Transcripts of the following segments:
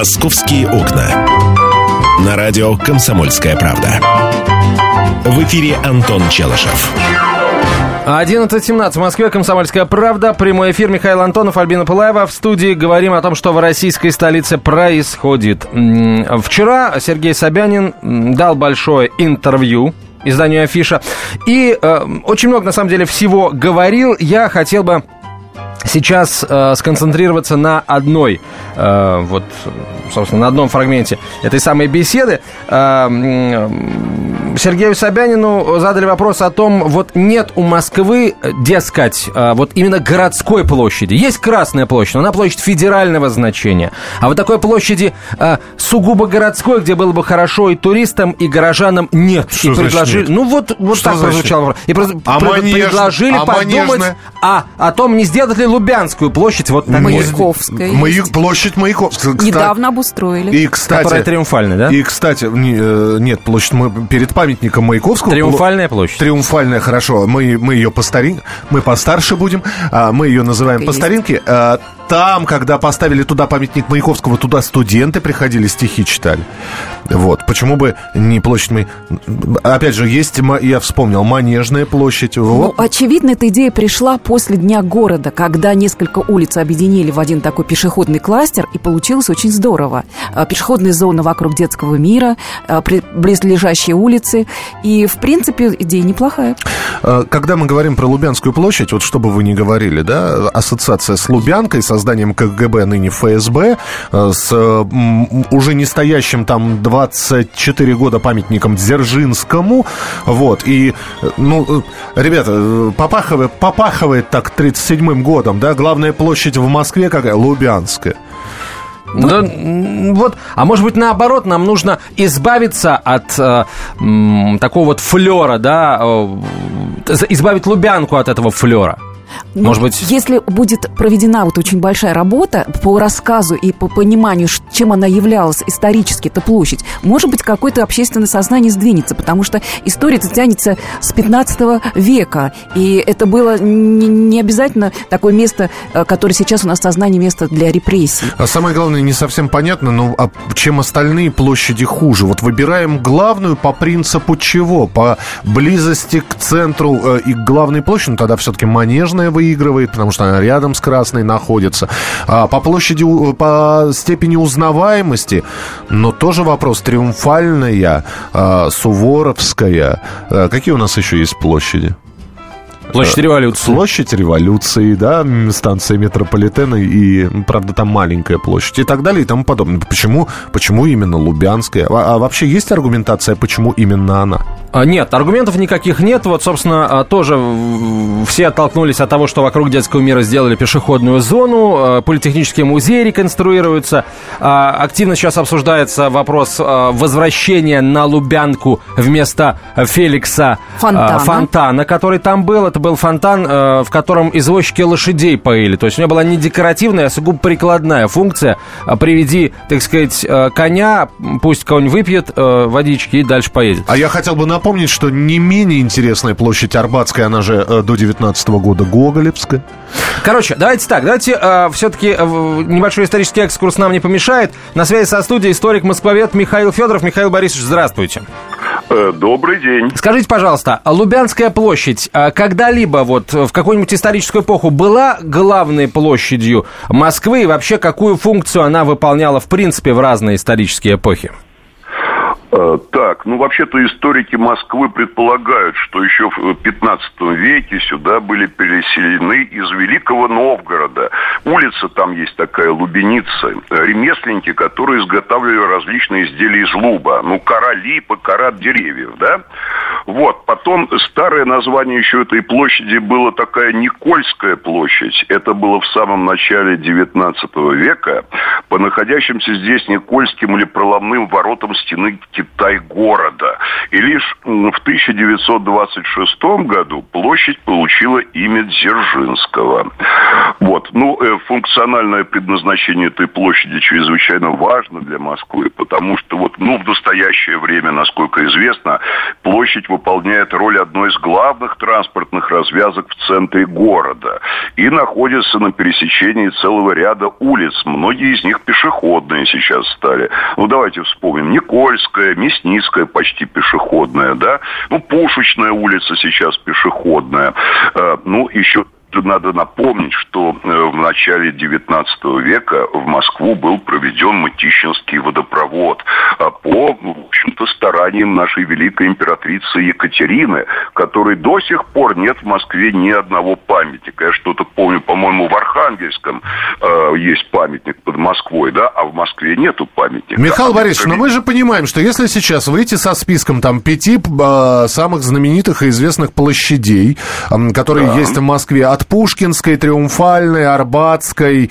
«Московские окна». На радио «Комсомольская правда». В эфире Антон Челышев. 11:17 в Москве, «Комсомольская правда», прямой эфир, Михаил Антонов, Альбина Пылаева. В студии говорим о том, что в российской столице происходит. Вчера Сергей Собянин дал большое интервью изданию «Афиша» и очень много, на самом деле, всего говорил. Я хотел бы сейчас сконцентрироваться на одной, собственно, на одном фрагменте этой самой беседы. Сергею Собянину задали вопрос о том, вот нет у Москвы, дескать, вот именно городской площади. Есть Красная площадь, но она площадь федерального значения. А вот такой площади сугубо городской, где было бы хорошо и туристам, и горожанам, нет. Что и предложили, нет? Ну вот так прозвучал вопрос. И предложили подумать о том, не сделать ли Лубянскую площадь вот такой. Маяковская. Площадь Маяковская. Недавно обустроили. И, кстати, которая триумфальная, да? И, кстати, нет, площадь перед памятником Маяковского. Триумфальная площадь. Триумфальная, хорошо. Мы ее по старинке, мы постарше будем, мы ее называем по старинке. Там, когда поставили туда памятник Маяковского, туда студенты приходили, стихи читали. Вот. Почему бы не площадь Опять же, есть, я вспомнил, Манежная площадь. Вот. Ну, очевидно, эта идея пришла после Дня города, когда несколько улиц объединили в один такой пешеходный кластер, и получилось очень здорово. Пешеходная зона вокруг Детского мира, близлежащие улицы. И, в принципе, идея неплохая. Когда мы говорим про Лубянскую площадь, вот что бы вы ни говорили, да, ассоциация с Лубянкой, созданием КГБ, ныне ФСБ, с уже не стоящим там 24 года памятником Дзержинскому, вот, и, ну, ребята, попахивает так 37-м годом, да, главная площадь в Москве какая? Лубянская. Да, вот, а может быть, наоборот, нам нужно избавиться от такого вот флера, да, избавить Лубянку от этого флера. Ну, может быть... Если будет проведена вот очень большая работа по рассказу и по пониманию, чем она являлась исторически, эта площадь, может быть, какое-то общественное сознание сдвинется, потому что история-то тянется с 15 века, и это было не обязательно такое место, которое сейчас у нас в сознании место для репрессий. А самое главное, не совсем понятно, ну, а чем остальные площади хуже? Вот выбираем главную по принципу чего? По близости к центру и к главной площади, ну, тогда все-таки Манежная выигрывает, потому что она рядом с Красной находится. А по площади, по степени узнаваемости, но тоже вопрос, Триумфальная, Суворовская. Какие у нас еще есть площади? Площадь Революции. Площадь Революции, да, станция метрополитена и, правда, там маленькая площадь и так далее и тому подобное. Почему именно Лубянская? А вообще есть аргументация, почему именно она? Нет, аргументов никаких нет. Вот, собственно, тоже все оттолкнулись от того, что вокруг Детского мира сделали пешеходную зону, Политехнический музей реконструируется. Активно сейчас обсуждается вопрос возвращения на Лубянку вместо Феликса Фонтана, который там был. Это был фонтан, в котором извозчики лошадей поили. То есть у него была не декоративная, а сугубо прикладная функция. Приведи, так сказать, коня, пусть конь выпьет водички и дальше поедет. А я хотел бы напомнить, что не менее интересная площадь Арбатская, она же до 19-го года Гоголевская. Короче, давайте все-таки небольшой исторический экскурс нам не помешает. На связи со студией историк-москвовед Михаил Федоров. Михаил Борисович, здравствуйте. Добрый день. Скажите, пожалуйста, Лубянская площадь когда-либо вот в какую-нибудь историческую эпоху была главной площадью Москвы и вообще какую функцию она выполняла в принципе в разные исторические эпохи? Так, ну вообще-то историки Москвы предполагают, что еще в 15 веке сюда были переселены из Великого Новгорода. Улица там есть такая, Лубеница. Ремесленники, которые изготавливали различные изделия из луба. Ну, кора липа, кора деревьев, да? Вот, потом старое название еще этой площади было такая Никольская площадь. Это было в самом начале 19 века по находящимся здесь Никольским или проломным воротам стены Китай-города. И лишь в 1926 году площадь получила имя Дзержинского. Вот. Ну, функциональное предназначение этой площади чрезвычайно важно для Москвы, потому что вот, ну, в настоящее время, насколько известно, площадь выполняет роль одной из главных транспортных развязок в центре города и находится на пересечении целого ряда улиц. Многие из них них пешеходные сейчас стали. Ну, давайте вспомним. Никольская, Мясницкая почти пешеходная, да? Ну, Пушечная улица сейчас пешеходная. Ну, еще надо напомнить, что в начале XIX века в Москву был проведен Мытищинский водопровод по, в общем-то, стараниям нашей великой императрицы Екатерины, которой до сих пор нет в Москве ни одного памятника. Я что-то помню, по-моему, в Архангельском есть памятник под Москвой, да, а в Москве нету памятника. Михаил Борисович, но мы же понимаем, что если сейчас выйти со списком там 5 самых знаменитых и известных площадей, которые есть в Москве, от Пушкинской, Триумфальной, Арбатской,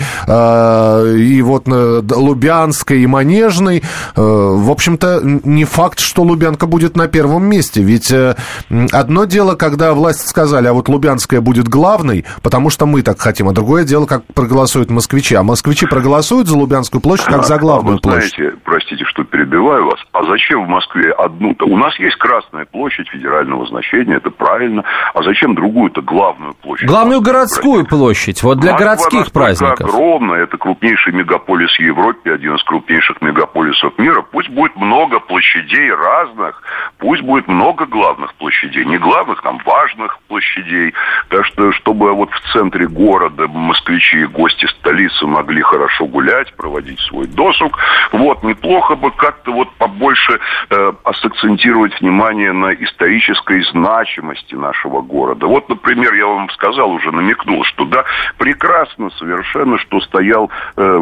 и вот Лубянской и Манежной. В общем-то, не факт, что Лубянка будет на первом месте. Ведь одно дело, когда власти сказали, а вот Лубянская будет главной, потому что мы так хотим, а другое дело, как проголосуют москвичи. А москвичи проголосуют за Лубянскую площадь, как за главную площадь. Знаете, простите, что перебиваю вас, а зачем в Москве одну-то? У нас есть Красная площадь федерального значения, это правильно. А зачем другую-то главную площадь? Главную городскую площадь, вот для городских праздников. Огромная, это крупнейший мегаполис в Европе, один из крупнейших мегаполисов мира. Пусть будет много площадей разных, пусть будет много главных площадей. Не главных, там, важных площадей. Так что, чтобы вот в центре города москвичи и гости столицы могли хорошо гулять, проводить свой досуг, вот, неплохо бы как-то вот побольше акцентировать внимание на исторической значимости нашего города. Вот, например, я вам сказал, уже намекнул, что, да, прекрасно совершенно, что стоял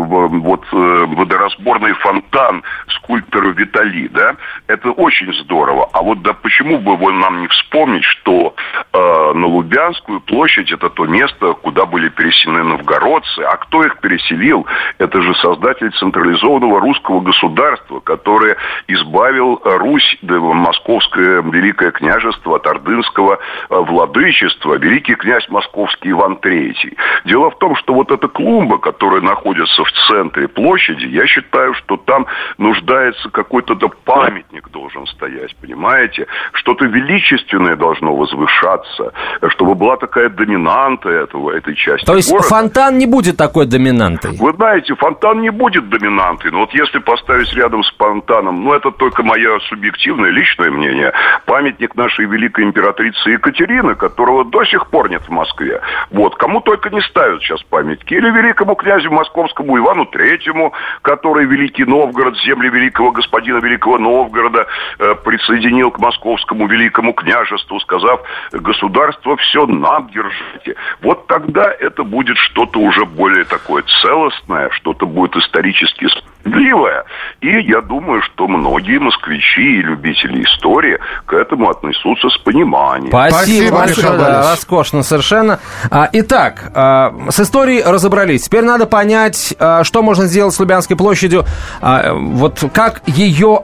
водоразборный фонтан скульптора Витали, да, это очень здорово. А вот, да, почему бы нам не вспомнить, что на Лубянскую площадь это то место, куда были переселены новгородцы, а кто их переселил? Это же создатель централизованного русского государства, который избавил Русь, да, Московское Великое княжество от ордынского владычества, великий князь Московский Иван III. Дело в том, что вот эта клумба, которая находится в центре площади, я считаю, что там нуждается какой-то памятник должен стоять, понимаете? Что-то величественное должно возвышаться, чтобы была такая доминанта этой части города. То есть фонтан не будет такой доминантой? Вы знаете, фонтан не будет доминантой, но вот если поставить рядом с фонтаном, ну, это только мое субъективное, личное мнение, памятник нашей великой императрицы Екатерины, которого до сих пор нет в Москве. Вот, кому только не ставят сейчас памятники. Или великому князю московскому Ивану Третьему, который Великий Новгород, земли великого господина Великого Новгорода присоединил к московскому великому княжеству, сказав: государство все нам держите. Вот тогда это будет что-то уже более такое целостное, что-то будет исторически справедливое. И я думаю, что многие москвичи и любители истории к этому отнесутся с пониманием. Спасибо большое, да, роскошно совершенно. Итак, с историей разобрались. Теперь надо понять, что можно сделать с Лубянской площадью. Вот как ее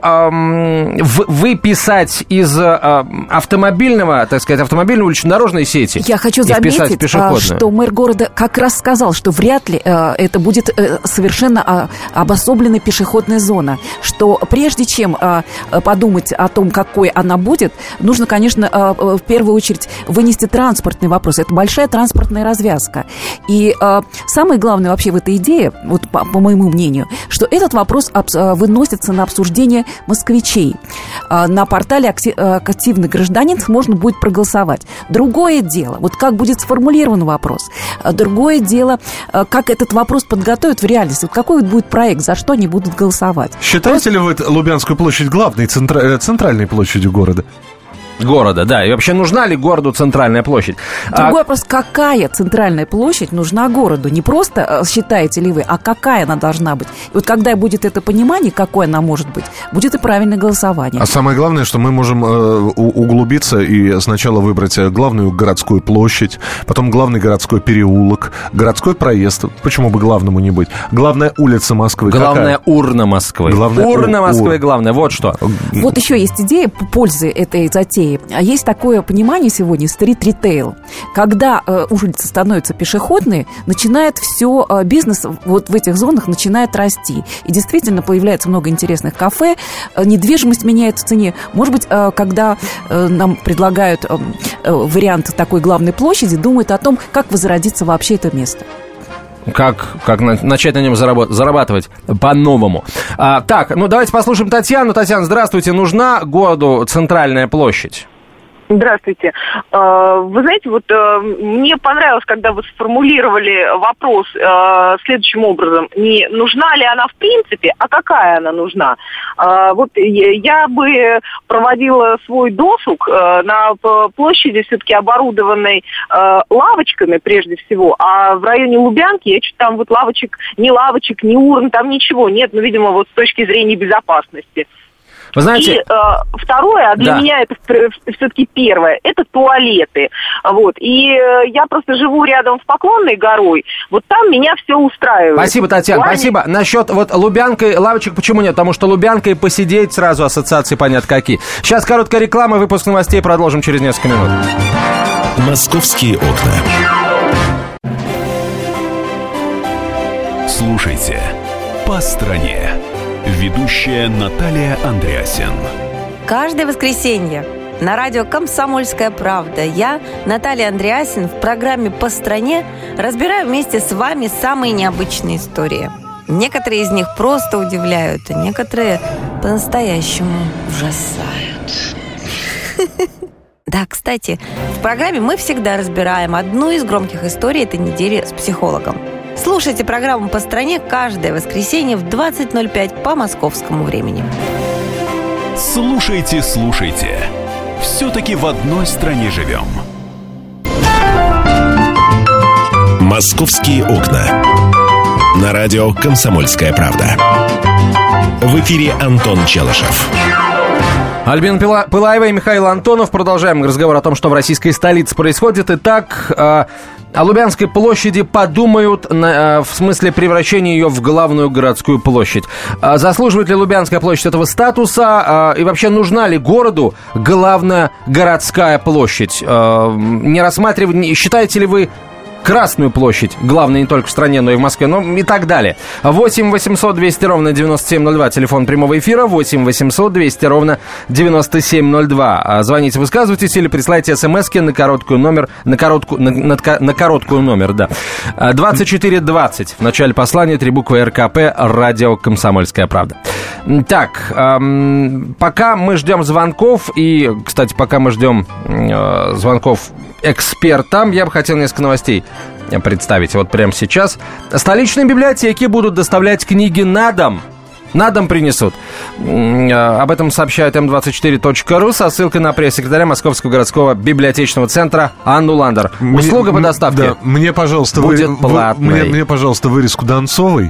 выписать из автомобильного, так сказать, автомобильной улично-дорожной сети. Я хочу заметить, что мэр города как раз сказал, что вряд ли это будет совершенно обособленная пешеходная зона. Что прежде чем подумать о том, какой она будет, нужно, конечно, в первую очередь вынести транспортный вопрос. Это большая транспортная развязка. И самое главное вообще в этой идее, вот по моему мнению, что этот вопрос выносится на обсуждение москвичей. На портале «Активный гражданин» можно будет проголосовать. Другое дело, вот как будет сформулирован вопрос. Другое дело, как этот вопрос подготовят в реальности. Вот какой будет проект, за что они будут голосовать. Считаете ли вы Лубянскую площадь главной центральной площадью города? Города, да. И вообще, нужна ли городу центральная площадь? Другой вопрос, какая центральная площадь нужна городу? Не просто считаете ли вы, а какая она должна быть? И вот когда будет это понимание, какой она может быть, будет и правильное голосование. А самое главное, что мы можем углубиться и сначала выбрать главную городскую площадь, потом главный городской переулок, городской проезд. Почему бы главному не быть? Главная улица Москвы. Главная урна Москвы. Урна Москвы главное. Вот что. Вот еще есть идея пользы этой затеи. Есть такое понимание сегодня, стрит-ритейл. Когда улицы становятся пешеходные, начинает все, бизнес вот в этих зонах начинает расти. И действительно появляется много интересных кафе, недвижимость меняет в цене. Может быть, когда нам предлагают вариант такой главной площади, думают о том, как возродится вообще это место. как начать на нем зарабатывать по-новому. Так, давайте послушаем Татьяну. Татьяна, здравствуйте. Нужна городу центральная площадь? Здравствуйте. Вы знаете, мне понравилось, когда вы сформулировали вопрос следующим образом. Не нужна ли она в принципе, а какая она нужна? Я бы проводила свой досуг на площади, все-таки оборудованной лавочками прежде всего, а в районе Лубянки я что-то там лавочек, ни урн, там ничего нет, видимо, с точки зрения безопасности. Вы знаете... И второе, а для меня это все-таки первое, это туалеты. И я просто живу рядом с Поклонной горой, там меня все устраивает. Спасибо, Татьяна, спасибо. Насчет Лубянкой, лавочек, почему нет? Потому что Лубянка и посидеть сразу ассоциации понятно какие. Сейчас короткая реклама, выпуск новостей, продолжим через несколько минут. Московские окна. Слушайте «По стране». Ведущая Наталья Андреасен. Каждое воскресенье на радио «Комсомольская правда» я, Наталья Андреасен, в программе «По стране» разбираю вместе с вами самые необычные истории. Некоторые из них просто удивляют, а некоторые по-настоящему ужасают. Да, кстати, в программе мы всегда разбираем одну из громких историй этой недели с психологом. Слушайте программу «По стране» каждое воскресенье в 20:05 по московскому времени. Слушайте. Все-таки в одной стране живем. «Московские окна». На радио «Комсомольская правда». В эфире Антон Челышев. Альбина Пылаева и Михаил Антонов. Продолжаем разговор о том, что в российской столице происходит. Итак, о Лубянской площади подумают в смысле превращения ее в главную городскую площадь. Заслуживает ли Лубянская площадь этого статуса? И вообще нужна ли городу главная городская площадь? Считаете ли вы Красную площадь, главное не только в стране, но и в Москве, и так далее. 8 800 200 ровно 9702, телефон прямого эфира, 8 800 200 ровно 9702. Звоните, высказывайтесь или присылайте смски на короткую номер, на короткую номер, да. 2420, в начале послания 3 буквы РКП, радио «Комсомольская правда». Так, пока мы ждем звонков, и, кстати, пока мы ждем звонков экспертам, я бы хотел несколько новостей представить прямо сейчас. Столичные библиотеки будут доставлять книги на дом. На дом принесут. Об этом сообщает М24.ру со ссылкой на пресс-секретаря Московского городского библиотечного центра Анну Ландер. Услуга по доставке. Да, мне, пожалуйста, будет платной. Мне, пожалуйста, вырезку Донцовой.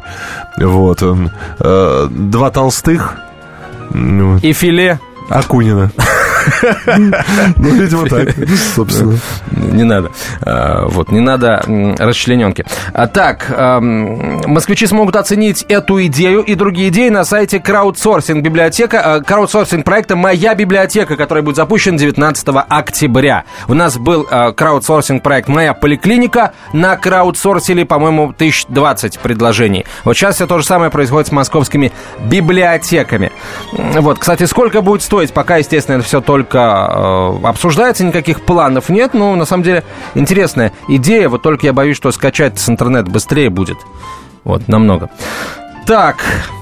2 толстых. И филе Акунина. Видимо, так, собственно. Не надо. Не надо расчлененки. Так, москвичи смогут оценить эту идею и другие идеи на сайте краудсорсинг-проекта «Моя библиотека», который будет запущен 19 октября. У нас был краудсорсинг-проект «Моя поликлиника». На краудсорсили, по-моему, 1020 предложений. Сейчас все то же самое происходит с московскими библиотеками. Кстати, сколько будет стоить, пока, естественно, это все только обсуждается, никаких планов нет, но на самом деле интересная идея, только я боюсь, что скачать с интернета быстрее будет, намного. Так,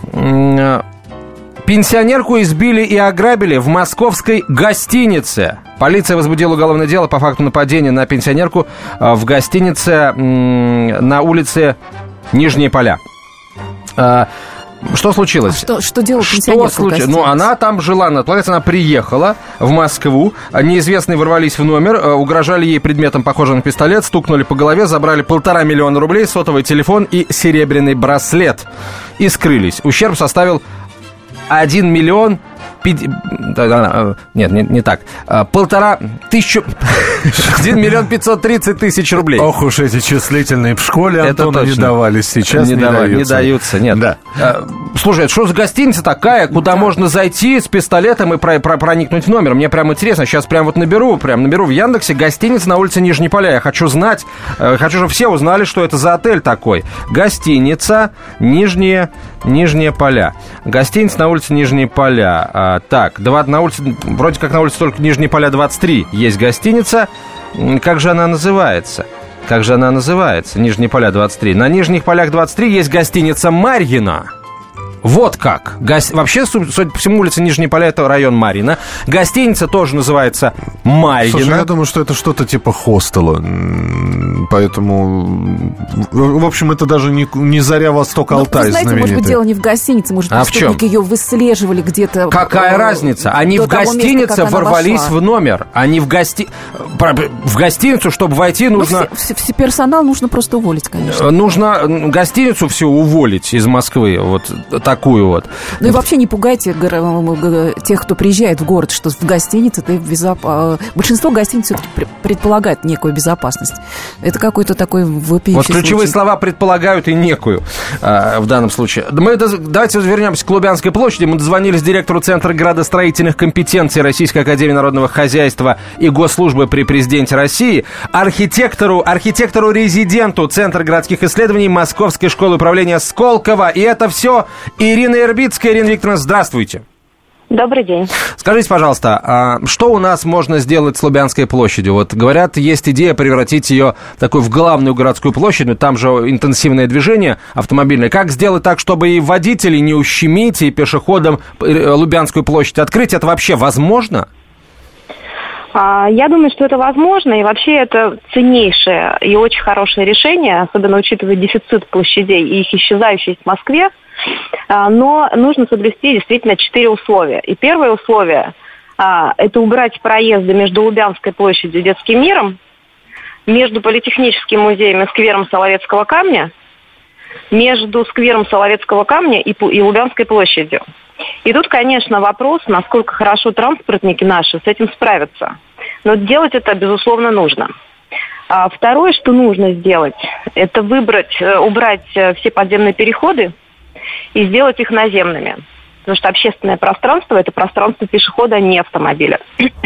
пенсионерку избили и ограбили в московской гостинице. Полиция возбудила уголовное дело по факту нападения на пенсионерку в гостинице на улице Нижние Поля. Что случилось? Что делала пенсионерка в гостинице? Она там жила, она приехала в Москву, неизвестные ворвались в номер, угрожали ей предметом, похожим на пистолет, стукнули по голове, забрали 1,5 миллиона рублей, сотовый телефон и серебряный браслет. И скрылись. Ущерб составил 1 миллион... Нет, не так. 1 миллион 530 тысяч рублей. Ох уж эти числительные в школе, Антону, не давались. Сейчас не даются, нет. Да. Слушай, что за гостиница такая, куда можно зайти с пистолетом и проникнуть в номер? Мне прям интересно. Сейчас наберу в Яндексе гостиница на улице Нижние Поля. Я хочу знать, хочу, чтобы все узнали, что это за отель такой. Гостиница Нижние Поля. Гостиница на улице Нижние Поля. Так, вроде как на улице только Нижние Поля 23 есть гостиница. Как же она называется? Как же она называется? Нижние поля 23. На Нижних полях 23 есть гостиница «Марьино». Вот как. Вообще, судя по всему, улица Нижние Поля – это район Марьино. Гостиница тоже называется «Марьино». Слушай, я думаю, что это что-то типа хостела. Поэтому, в общем, это даже не «Заря Восток-Алтай» знаменитый. Знаете, может быть, дело не в гостинице. Может, преступники ее выслеживали где-то. Какая разница? Они в гостинице ворвались в номер. Они в гостиницу, чтобы войти, нужно... Все персонал нужно просто уволить, конечно. Нужно гостиницу всю уволить из Москвы. Вот такую вот. Ну и вообще не пугайте тех, кто приезжает в город, что в гостинице ты большинство гостиниц все-таки предполагает некую безопасность. Это какой-то такой вопиющий Вот ключевые слова «предполагают» и «некую» в данном случае. Давайте вернемся к Лубянской площади. Мы дозвонились директору Центра градостроительных компетенций Российской академии народного хозяйства и госслужбы при президенте России, архитектору-резиденту Центра городских исследований Московской школы управления Сколково. И это все Ирина Ирбитская. Ирина Викторовна, здравствуйте. Добрый день. Скажите, пожалуйста, что у нас можно сделать с Лубянской площадью? Вот, говорят, есть идея превратить ее в главную городскую площадь, но там же интенсивное движение автомобильное. Как сделать так, чтобы и водителей не ущемить, и пешеходам Лубянскую площадь открыть? Это вообще возможно? Я думаю, что это возможно, и вообще это ценнейшее и очень хорошее решение, особенно учитывая дефицит площадей и их исчезающесть в Москве. Но нужно соблюсти действительно 4 условия. И первое условие – это убрать проезды между Лубянской площадью и Детским миром, между Политехническим музеем и сквером Соловецкого камня, между сквером Соловецкого камня и Лубянской площадью. И тут, конечно, вопрос, насколько хорошо транспортники наши с этим справятся. Но делать это, безусловно, нужно. Второе, что нужно сделать, это убрать все подземные переходы и сделать их наземными. Потому что общественное пространство – это пространство пешехода, а не автомобиля.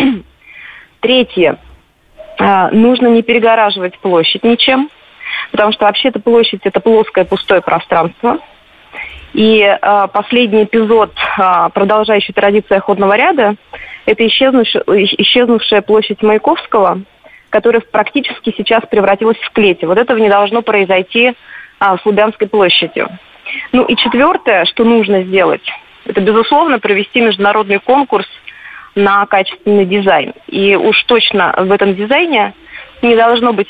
Третье. Нужно не перегораживать площадь ничем, потому что вообще-то площадь – это плоское пустое пространство. И последний эпизод, продолжающий традиции охотного ряда, это исчезнувшая площадь Маяковского, которая практически сейчас превратилась в клеть. Вот этого не должно произойти с Лубянской площадью. Ну и четвертое, что нужно сделать, это, безусловно, провести международный конкурс на качественный дизайн. И уж точно в этом дизайне не должно быть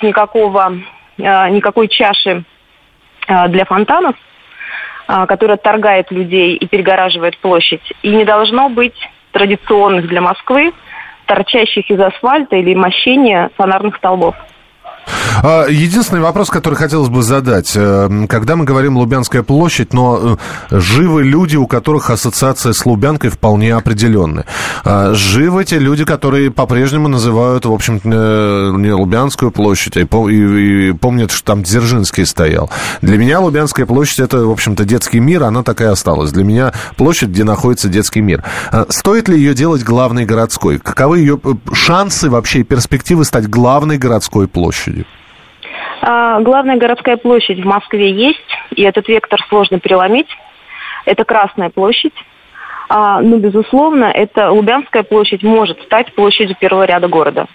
никакой чаши для фонтанов, которая отторгает людей и перегораживает площадь. И не должно быть традиционных для Москвы торчащих из асфальта или мощения фонарных столбов. Единственный вопрос, который хотелось бы задать. Когда мы говорим Лубянская площадь, но живы люди, у которых ассоциация с Лубянкой вполне определенная. Живы те люди, которые по-прежнему называют, в общем, не Лубянскую площадь, и помнят, что там Дзержинский стоял. Для меня Лубянская площадь – это, в общем-то, детский мир, она такая осталась. Для меня площадь, где находится детский мир. Стоит ли ее делать главной городской? Каковы ее шансы вообще и перспективы стать главной городской площадью? Главная городская площадь в Москве есть, и этот вектор сложно переломить. Это Красная площадь. Но, безусловно, эта Лубянская площадь может стать площадью первого ряда города.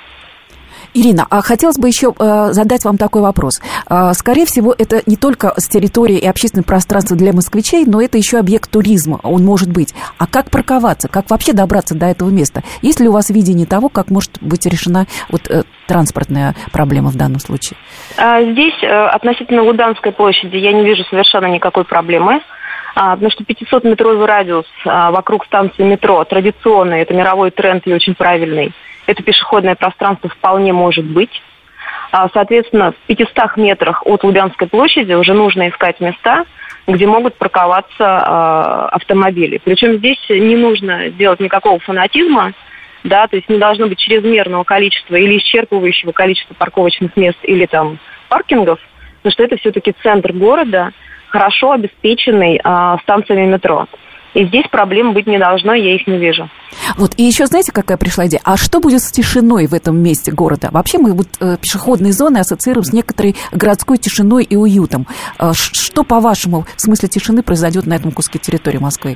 Ирина, а хотелось бы еще задать вам такой вопрос. Скорее всего, это не только с территории и общественного пространства для москвичей, но это еще объект туризма, он может быть. А как парковаться, как вообще добраться до этого места? Есть ли у вас видение того, как может быть решена транспортная проблема в данном случае? Здесь относительно Лубянской площади я не вижу совершенно никакой проблемы. Потому что 500-метровый радиус вокруг станции метро традиционный, это мировой тренд и очень правильный. Это пешеходное пространство вполне может быть. Соответственно, в 500 метрах от Лубянской площади уже нужно искать места, где могут парковаться автомобили. Причем здесь не нужно делать никакого фанатизма, да, то есть не должно быть чрезмерного количества или исчерпывающего количества парковочных мест или там паркингов, потому что это все-таки центр города, хорошо обеспеченный станциями метро. И здесь проблем быть не должно, я их не вижу. Вот, и еще знаете, какая пришла идея? А что будет с тишиной в этом месте города? Вообще мы пешеходные зоны ассоциируем с некоторой городской тишиной и уютом. Что, по-вашему, в смысле тишины произойдет на этом куске территории Москвы?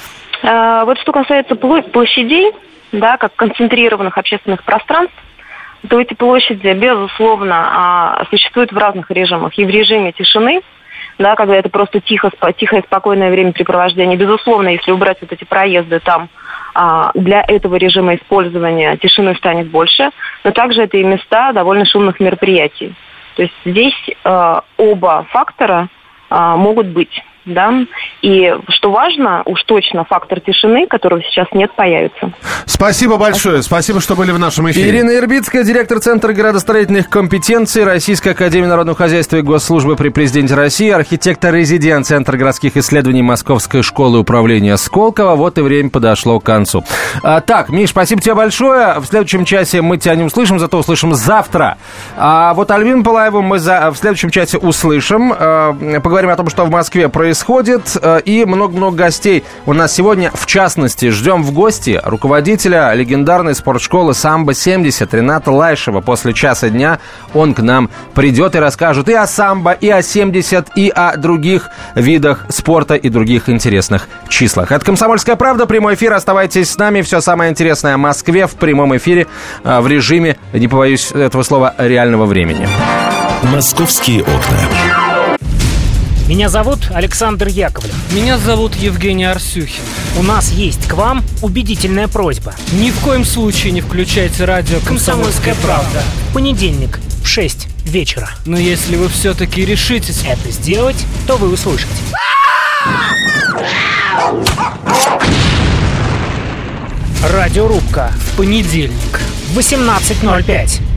Вот что касается площадей, да, как концентрированных общественных пространств, то эти площади, безусловно, существуют в разных режимах. И в режиме тишины, да, когда это просто тихое, спокойное времяпрепровождение. Безусловно, если убрать вот эти проезды, там для этого режима использования тишины станет больше. Но также это и места довольно шумных мероприятий. То есть здесь оба фактора могут быть. Да? И что важно, уж точно фактор тишины, которого сейчас нет, появится. Спасибо большое. Спасибо, что были в нашем эфире. Ирина Ирбицкая, директор Центра градостроительных компетенций Российской академии народного хозяйства и госслужбы при президенте России, архитектор-резидент Центра городских исследований Московской школы управления Сколково. Вот и время подошло к концу. Так, Миш, спасибо тебе большое. В следующем часе мы тебя не услышим, зато услышим завтра. А вот Альбину Пылаеву мы в следующем часе услышим. Поговорим о том, что в Москве происходит. И много-много гостей у нас сегодня. В частности, ждем в гости руководителя легендарной спортшколы «Самбо-70» Рената Лайшева. После часа дня он к нам придет и расскажет и о самбо, и о 70, и о других видах спорта и других интересных числах. Это «Комсомольская правда», прямой эфир. Оставайтесь с нами. Все самое интересное о Москве в прямом эфире в режиме, не побоюсь этого слова, реального времени. «Московские окна». Меня зовут Александр Яковлев. Меня зовут Евгений Арсюхин. У нас есть к вам убедительная просьба. Ни в коем случае не включайте радио «Комсомольская правда». В понедельник в 6 вечера. Но если вы все-таки решитесь это сделать, то вы услышите. Радиорубка. В понедельник. В 18:05.